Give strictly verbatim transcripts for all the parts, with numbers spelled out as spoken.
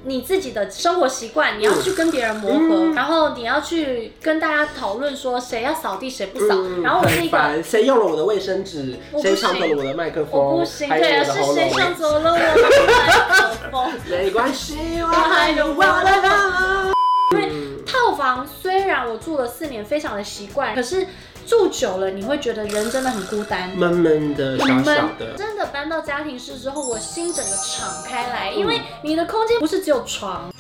你自己的生活习惯，你要去跟别人磨合，嗯、然后你要去跟大家讨论说谁要扫地谁不扫。嗯、然后我是一个谁用了我的卫生纸，谁抢走了我的麦克风， 我不行，对啊，是谁抢走了我的麦克风？ 没关系，我还有我的好。 因为套房虽然我住了四年，非常的习惯，可是住久了你会觉得人真的很孤单， 闷闷的、小小的。 真的搬到家庭式之后，我心整个敞开来，因为你的空间不是只有床。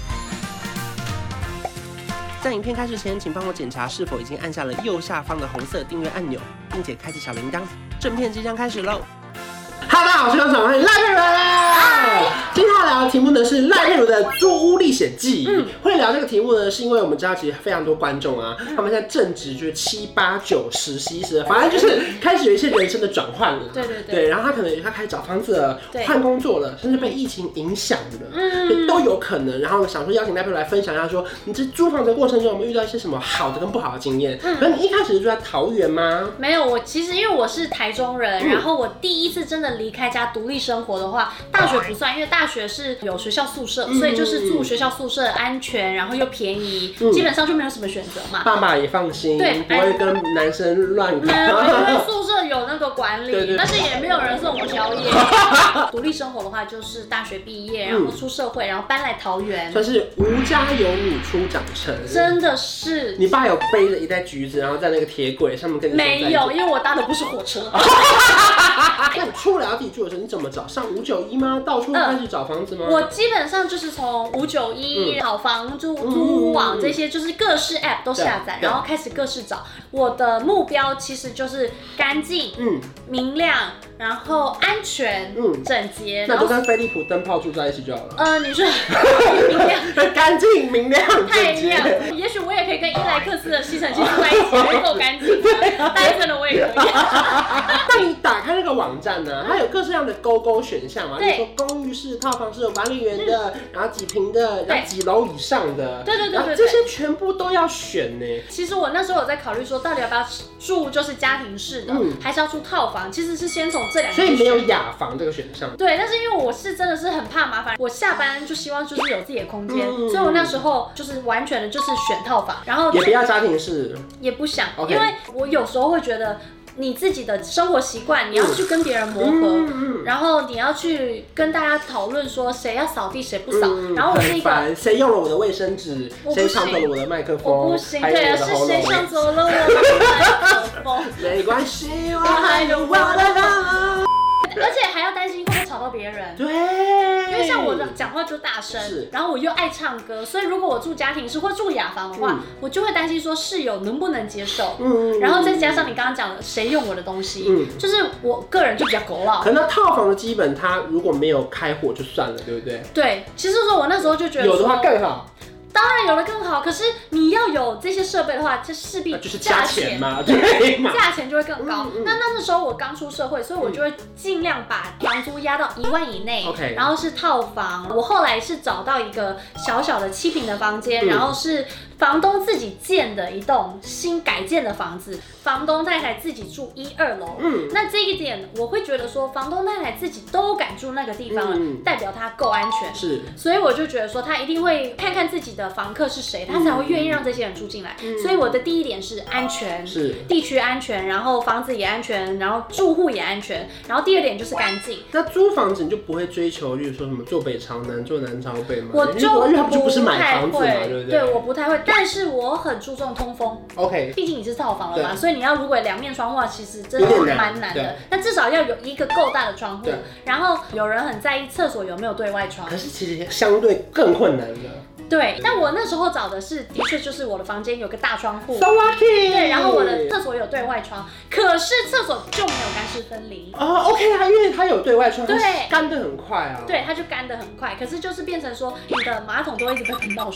在影片开始前，请帮我检查是否已经按下了右下方的红色订阅按钮，并且开启小铃铛。正片即将开始喽！哈喽，大家好，我是刚欢迎赖佩如。今天要聊的题目呢是赖佩如的租屋历险记。嗯，会聊这个题目呢，是因为我们知道其实非常多观众啊，他们现在正值就是七八九十、十一十，反正就是开始有一些人生的转换了。 对对 对, 对，然后他可能他开始找房子了，换工作了，甚至被疫情影响了，嗯，都有可能。然后想说邀请赖佩如来分享一下说，说你这租房的过程中有没有遇到一些什么好的跟不好的经验？嗯，可是你一开始是住在桃园吗？ 没有，我其实因为我是台中人，嗯、然后我第一次真的离开家独立生活的话，大学不算，因为大学是有学校宿舍，嗯、所以就是住学校宿舍，安全，然后又便宜，嗯、基本上就没有什么选择嘛。 爸爸也放心，对，不会跟男生乱搞。 因为宿舍有那个管理，对对对，但是也没有人送我宵夜。独立生活的话，就是大学毕业，然后出社会，然后搬来桃园， 算是无家有女初长成。 真的是， 你爸有背着一袋橘子，然后在那个铁轨上面跟你说没有，因为我搭的不是火车。 那你出来要自己住的时候，你怎么找？上五九一吗？到处开始找房子吗？ 我基本上就是从五九一、好房租租屋网这些，就是各式 app 都下载，然后开始各式找。我的目标其实就是干净、嗯、明亮，然后安全、嗯、整洁。 那都跟飞利浦灯泡住在一起就好了。 呃，你说明亮、 干净、明亮、 太亮了。也许我也可以跟伊莱克斯的吸尘器住在一起，会够干净。单身的我也可以。 那你打开那个网站呢、啊，它有各式各样的勾勾选项嘛，比如说公寓式、套房式、有管理员的，嗯、然后几坪的，然后几楼以上的， 对对对对， 这些全部都要选呢。 其实我那时候有在考虑说，到底要不要住就是家庭式的，嗯、还是要住套房？其实是先从这两个， 所以没有雅房这个选项。 对，但是因为我是真的是很怕麻烦，我下班就希望就是有自己的空间，嗯、所以我那时候就是完全的就是选套房，然后也不要家庭式， 也不想， okay. 因为我有时候会觉得。你自己的生活习惯，你要去跟别人磨合，嗯嗯、然后你要去跟大家讨论说谁要扫地谁不扫。嗯、然后我是一个谁用了我的卫生纸，谁抢走了我的麦克风， 我不行，对啊，是谁抢走了我的麦克风？ 没关系，我还有我的好。 而且还要担心会不会吵到别人。 对， 因为像我的讲话就大声，然后我又爱唱歌，所以如果我住家庭式或住雅房的话，嗯、我就会担心说室友能不能接受。嗯，然后再加上你刚刚讲的谁用我的东西，嗯、就是我个人就比较狗佬。 可能套房的基本，它如果没有开火就算了，对不对？ 对，其实说我那时候就觉得有的话更好。 当然有的更好，可是你要有这些设备的话，这势必就是加钱嘛，对嘛， 价钱就会更高。嗯嗯、那那时候我刚出社会，所以我就会尽量把房租压到一万以内，嗯、然后是套房。我后来是找到一个小小的七坪的房间，嗯、然后是房东自己建的一栋新改建的房子，房东太太自己住一二楼。嗯，那这一点我会觉得说，房东太太自己都敢住那个地方了，嗯、代表他够安全。 是， 所以我就觉得说，他一定会看看自己的房客是谁，他才会愿意让这些人住进来。嗯、所以我的第一点是安全， 是地区安全，然后房子也安全，然后住户也安全，然后第二点就是干净。 那租房子你就不会追求，例如说什么坐北朝南、坐南朝北吗？ 我就因为他们就不是买房子嘛，对不对？ 对，我不太会，但是我很注重通风。 OK， 毕竟你是套房了嘛，所以你要如果两面窗户，其实真的蛮难的。那至少要有一个够大的窗户，然后有人很在意厕所有没有对外窗。 可是其实相对更困难的。 对，但我那时候找的是，的确就是我的房间有个大窗户 ，so lucky。 对，然后我的厕所有对外窗，可是厕所就没有干湿分离。 哦 ，OK 啊，因为它有对外窗， 对， 干得很快啊。 对，它就干得很快，可是就是变成说你的马桶都会一直被喷到水。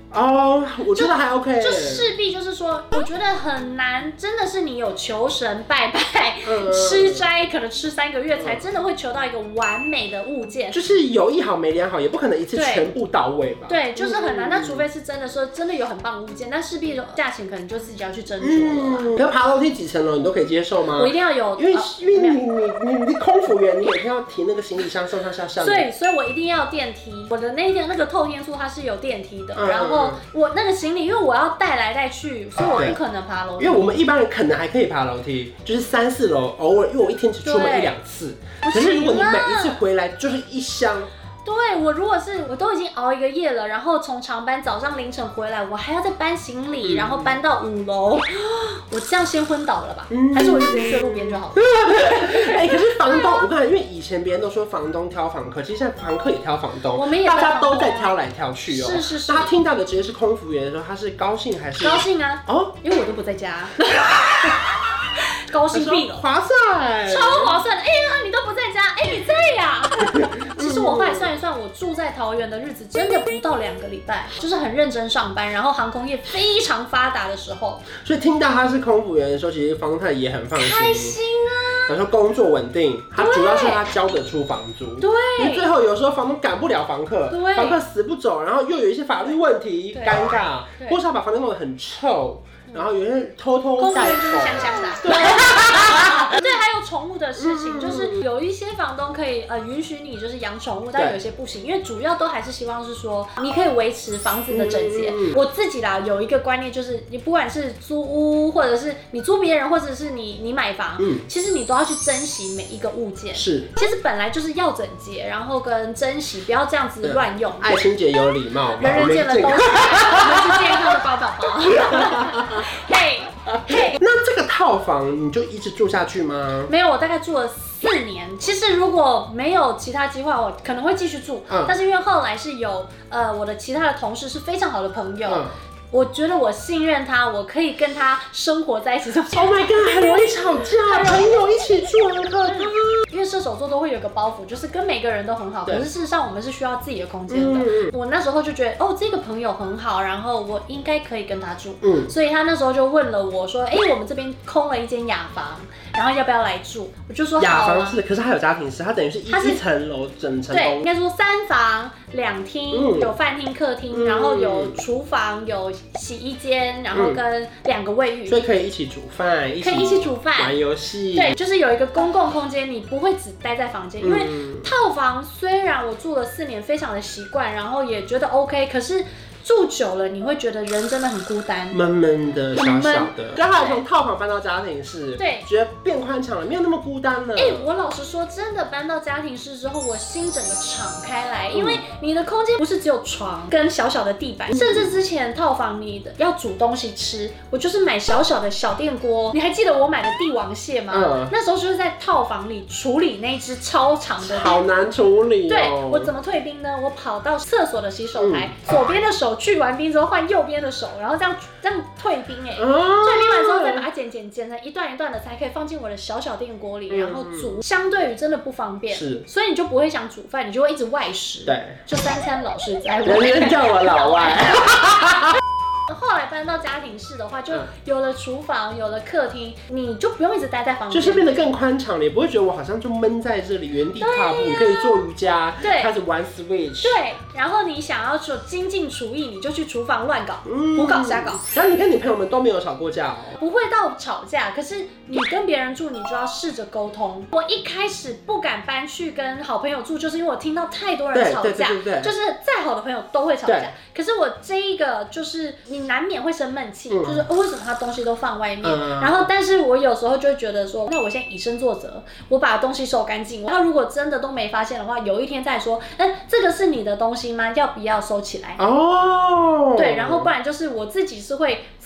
哦，我觉得还 OK， 就势必就是说，我觉得很难，真的是你有求神拜拜、嗯、吃斋，可能吃三个月才真的会求到一个完美的物件， 就是有一好没两好，也不可能一次全部到位吧？ 对，就是很难。那、嗯、除非是真的说真的有很棒的物件，但势必价钱可能就自己要去斟酌了。嗯， 那爬楼梯几层楼你都可以接受吗？ 我一定要有， 因为、呃、因为你你你你空服员，你每天要提那个行李箱上上下下， 所以所以我一定要电梯。我的那天那个透天厝它是有电梯的，嗯、然后我那个行李因为我要带来带去，所以我不可能爬楼梯。 因为我们一般人可能还可以爬楼梯，就是三四楼，偶尔因为我一天只出门一两次。可是如果你每一次回来就是一箱。 对，我如果是我都已经熬一个夜了，然后从长班早上凌晨回来，我还要再搬行李，嗯、然后搬到五楼，我这样先昏倒了吧？嗯、还是我就直接睡路边就好了？ 哎、欸，可是房东，我看，因为以前别人都说房东挑房客，其实现在房客也挑房东， 我们也大家都在挑来挑去哦。 是是是。 那他听到的直接是空服员的时候，他是高兴还是？ 高兴啊！哦，因为我都不在家。高兴毙了， 划算， 超划算的！哎呀，你都不在家，哎、欸，你在呀？其实我后来算一算，我住在桃园的日子真的不到两个礼拜，就是很认真上班，然后航空业非常发达的时候。 所以听到他是空服员的时候，其实房太也很放心， 开心啊！ 然后工作稳定，他主要是他交得出房租。 对， 因为最后有时候房东赶不了房客，对，房客死不走，然后又有一些法律问题，尴尬，或是他把房间弄得很臭。然后有人偷偷公司就是香香的，对，对，还有宠物的事情，就是有一些房东可以呃允许你就是养宠物，但有一些不行，因为主要都还是希望是说你可以维持房子的整洁。嗯、我自己啦有一个观念，就是你不管是租屋，或者是你租别人，或者是你你买房，嗯、其实你都要去珍惜每一个物件。是，其实本来就是要整洁，然后跟珍惜，不要这样子乱用。 爱清洁有礼貌， 人人见了都是爱，我们是健康的宝宝宝。嘿，嘿， 那这个套房你就一直住下去吗？ 没有，我大概住了四年。其实如果没有其他计划，我可能会继续住。嗯、但是因为后来是有呃我的其他的同事是非常好的朋友。嗯我觉得我信任他，我可以跟他生活在一起。 Oh my god， 很容易吵架，朋友一起住很可怕。 因为射手座都会有个包袱，就是跟每个人都很好，可是事实上我们是需要自己的空间的。嗯、我那时候就觉得，哦，这个朋友很好，然后我应该可以跟他住。嗯，所以他那时候就问了我说，哎、欸，我们这边空了一间雅房，然后要不要来住？我就说好、啊。 雅房是，可是它有家庭式，它等于是一一层楼整层。 对，应该说三房两厅，嗯、有饭厅、客厅，嗯、然后有厨房，有洗衣间，然后跟两个卫浴， 所以可以一起煮饭， 可以一起煮饭、 玩游戏。 对，就是有一个公共空间，你不会只待在房间，因为套房虽然我住了四年，非常的习惯，然后也觉得 OK， 可是。住久了，你会觉得人真的很孤单， 闷闷的、小小的。刚好从套房搬到家庭式，对，觉得变宽敞了，没有那么孤单了。哎、 欸，我老实说，真的搬到家庭式之后，我心整个敞开来，因为你的空间不是只有床跟小小的地板，甚至之前套房你的要煮东西吃，我就是买小小的小电锅。你还记得我买的帝王蟹吗？嗯，那时候就是在套房里处理那只超长的， 好难处理、哦。 对，我怎么退冰呢？我跑到厕所的洗手台，嗯、左边的手去完冰之后换右边的手，然后这样这样退冰哎、欸，哦、退冰完之后再把它剪剪剪成一段一段的，才可以放进我的小小电锅里，嗯、然后煮。相对于真的不方便，是，所以你就不会想煮饭，你就会一直外食，对，就三餐老是在。 人人叫我老外。 后来搬到家庭式的话，就有了厨房，有了客厅，你就不用一直待在房间， 就是变得更宽敞，你不会觉得我好像就闷在这里原地踏步，你可以做瑜伽，对，开始玩 Switch， 对，然后你想要做精进厨艺，你就去厨房乱搞，胡搞瞎搞。 然后你跟你朋友们都没有吵过架哦？ 不会到吵架，可是你跟别人住，你就要试着沟通。我一开始不敢搬去跟好朋友住，就是因为我听到太多人吵架，就是再好的朋友都会吵架。可是我这一个就是你难免会生闷气，嗯、就是、哦、为什么他东西都放外面？嗯、然后，但是我有时候就会觉得说，那我先以身作则，我把东西收干净。然后如果真的都没发现的话，有一天再说，哎、欸，这个是你的东西吗？要不要收起来？哦，对，然后不然就是我自己是会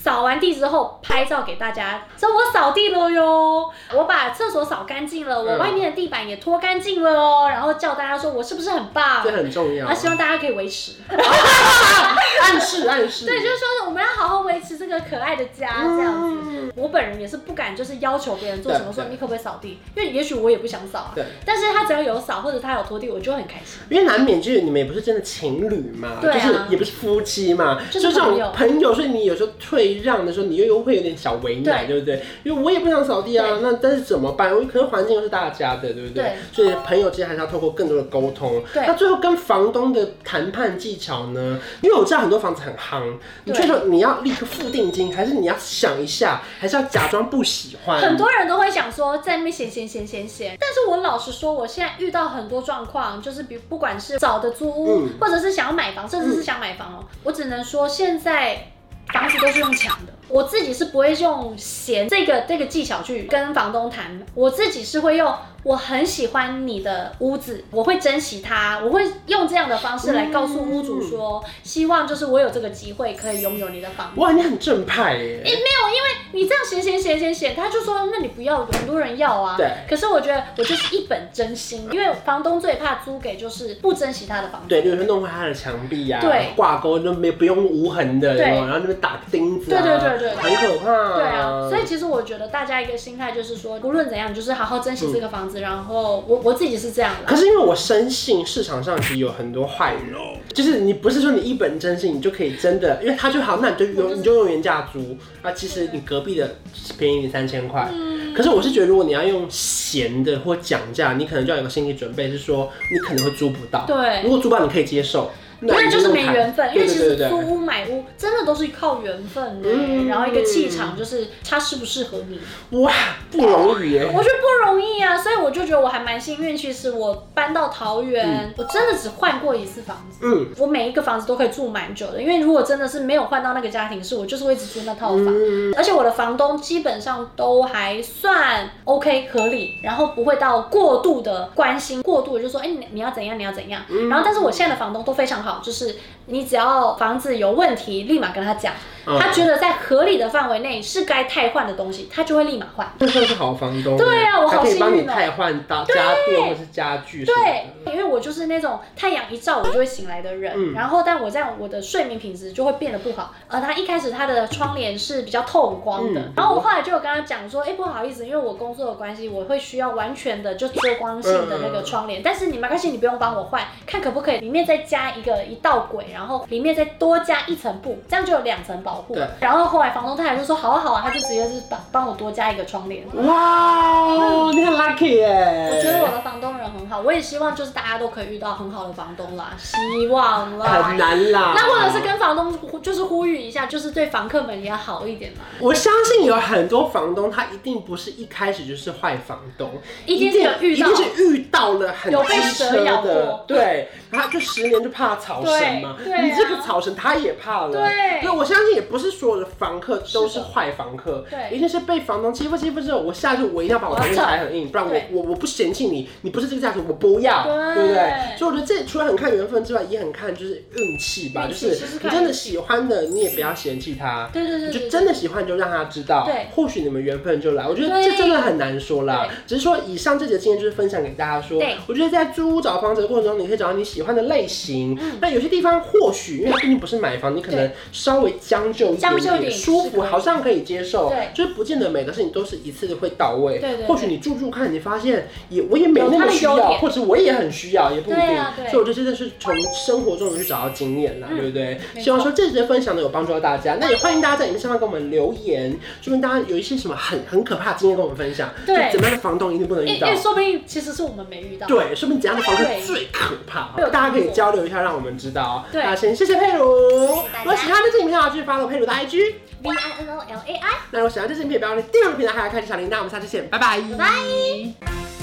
扫完地之后拍照给大家，这我扫地了哟，我把厕所扫干净了，我外面的地板也拖干净了哦，然后叫大家说我是不是很棒？ 这很重要。 啊，希望大家可以维持。 暗示暗示。 对，就是说我们要好好维持这个可爱的家，这样子。嗯、我本人也是不敢就是要求别人做什么，说你可不可以扫地，因为也许我也不想扫啊。对。但是他只要有扫或者他有拖地，我就很开心。 因为难免就是你们也不是真的情侣嘛， 对啊、 就是也不是夫妻嘛， 就是这种朋友，所以你有时候退让的时候，你又又会有点小为难， 对, 对不对？因为我也不想扫地啊，那但是怎么办？可是环境又是大家的，对不对？对。所以朋友之间还是要透过更多的沟通。对。那最后跟房东的谈判技巧呢？因为我知道很多房子很夯，你觉得你要立刻付定金，还是你要想一下，还是要假装不喜欢？ 很多人都会想说在那边闲闲闲闲闲，但是我老实说，我现在遇到很多状况，就是比不管是找的租屋，嗯、或者是想要买房，甚至是想买房哦、喔，我只能说现在房子都是用抢的。我自己是不会用闲这个这个技巧去跟房东谈，我自己是会用我很喜欢你的屋子，我会珍惜它，我会用这样的方式来告诉屋主说，希望就是我有这个机会可以拥有你的房子。 哇，你很正派耶！ 哎、欸，没有，因为你这样闲闲闲闲闲，他就说那你不要，很多人要啊。对。可是我觉得我就是一本真心，因为房东最怕租给就是不珍惜他的房子。 对，比如说弄坏他的墙壁啊，对，挂钩都没不用无痕的，对，然后那边打钉子、啊， 对对对对， 很可怕。 对啊，所以其实我觉得大家一个心态就是说，无论怎样，你就是好好珍惜这个房子。嗯、然后我我自己是这样的。 可是因为我深信市场上其实有很多坏人，就是你不是说你一本正经你就可以真的，因为他就好，那你就用你就用原价租啊，其实你隔壁的便宜你三千块。嗯、可是我是觉得，如果你要用闲的或讲价，你可能就要有个心理准备，是说你可能会租不到。对，如果租不到，你可以接受。 那就是没缘分，因为其实租屋买屋真的都是靠缘分的、欸，嗯、然后一个气场就是它适不适合你。 哇，不容易耶！ 我觉得不容易啊，所以我就觉得我还蛮幸运。其实我搬到桃园，嗯、我真的只换过一次房子。嗯，我每一个房子都可以住蛮久的，因为如果真的是没有换到那个家庭式，我就是会一直住那套房。嗯、而且我的房东基本上都还算 OK 合理，然后不会到过度的关心，过度的就说，哎、欸，你你要怎样，你要怎样。嗯、然后，但是我现在的房东都非常好。就是你只要房子有问题，立马跟他讲，嗯、他觉得在合理的范围内是该汰换的东西，他就会立马换。 这算是好房东。 对啊，我好幸运哦。他可以帮你汰换到家电或是家具。 对，因为我就是那种太阳一照我就会醒来的人，嗯、然后但我这样我的睡眠品质就会变得不好。呃，他一开始他的窗帘是比较透光的，嗯、然后我后来就有跟他讲说，哎、欸，不好意思，因为我工作的关系，我会需要完全的就遮光性的那个窗帘，嗯、但是你没关系，你不用帮我换，看可不可以里面再加一个一道轨，然后里面再多加一层布，这样就有两层保护。然后后来房东太太就说好啊好啊，他就直接是帮帮我多加一个窗帘。 哇，嗯、你很 lucky 耶！ 我觉得我的房东人很好，我也希望就是大家都可以遇到很好的房东啦，希望啦。 很难啦。 那或者是跟房东就是呼吁一下，就是对房客们也要好一点嘛。 我相信有很多房东他一定不是一开始就是坏房东， 一定是有遇到， 一定是遇到了很有被蛇咬过， 对，他就十年就怕草绳嘛。对，你这个草绳他也怕了。对，那我相信也不是所有的房客都是坏房客，对，一定是被房东欺负欺负之后，我下去我一定要把我条件踩很硬，不然我我我不嫌弃你，你不是这个价值我不要，对, 对不对？所以我觉得这除了很看缘分之外，也很看就是运气吧，就是你真的喜欢的，你也不要嫌弃他，对对对，你就真的喜欢就让他知道，对，或许你们缘分就来。我觉得这真的很难说啦，只是说以上这节经验就是分享给大家说，我觉得在租屋找房子的过程中，你可以找到你喜欢的类型，那有些地方或许因为它毕竟不是买房，你可能稍微将就一点点，舒服好像可以接受，就是不见得每个事情都是一次会到位。对对，或许你住住看，你发现也我也没那么需要，或者我也很需要，也不一定。所以我觉得真的是从生活中去找到经验啦，对不对？希望说这节分享呢有帮助到大家，那也欢迎大家在影片下方跟我们留言，说明大家有一些什么很很可怕的经验跟我们分享。对，怎么样的房东一定不能遇到？因为说不定其实是我们没遇到。对，说不定怎样的房客最可怕，大家可以交流一下，让我们知道。对，那先谢谢佩如。如果喜欢这支影片的话，继续 follow 佩如的 I G V I N O L A I。那如果喜欢这支影片，不要忘记订阅我的频道，还有开启小铃铛。我们下次见，拜拜。拜拜。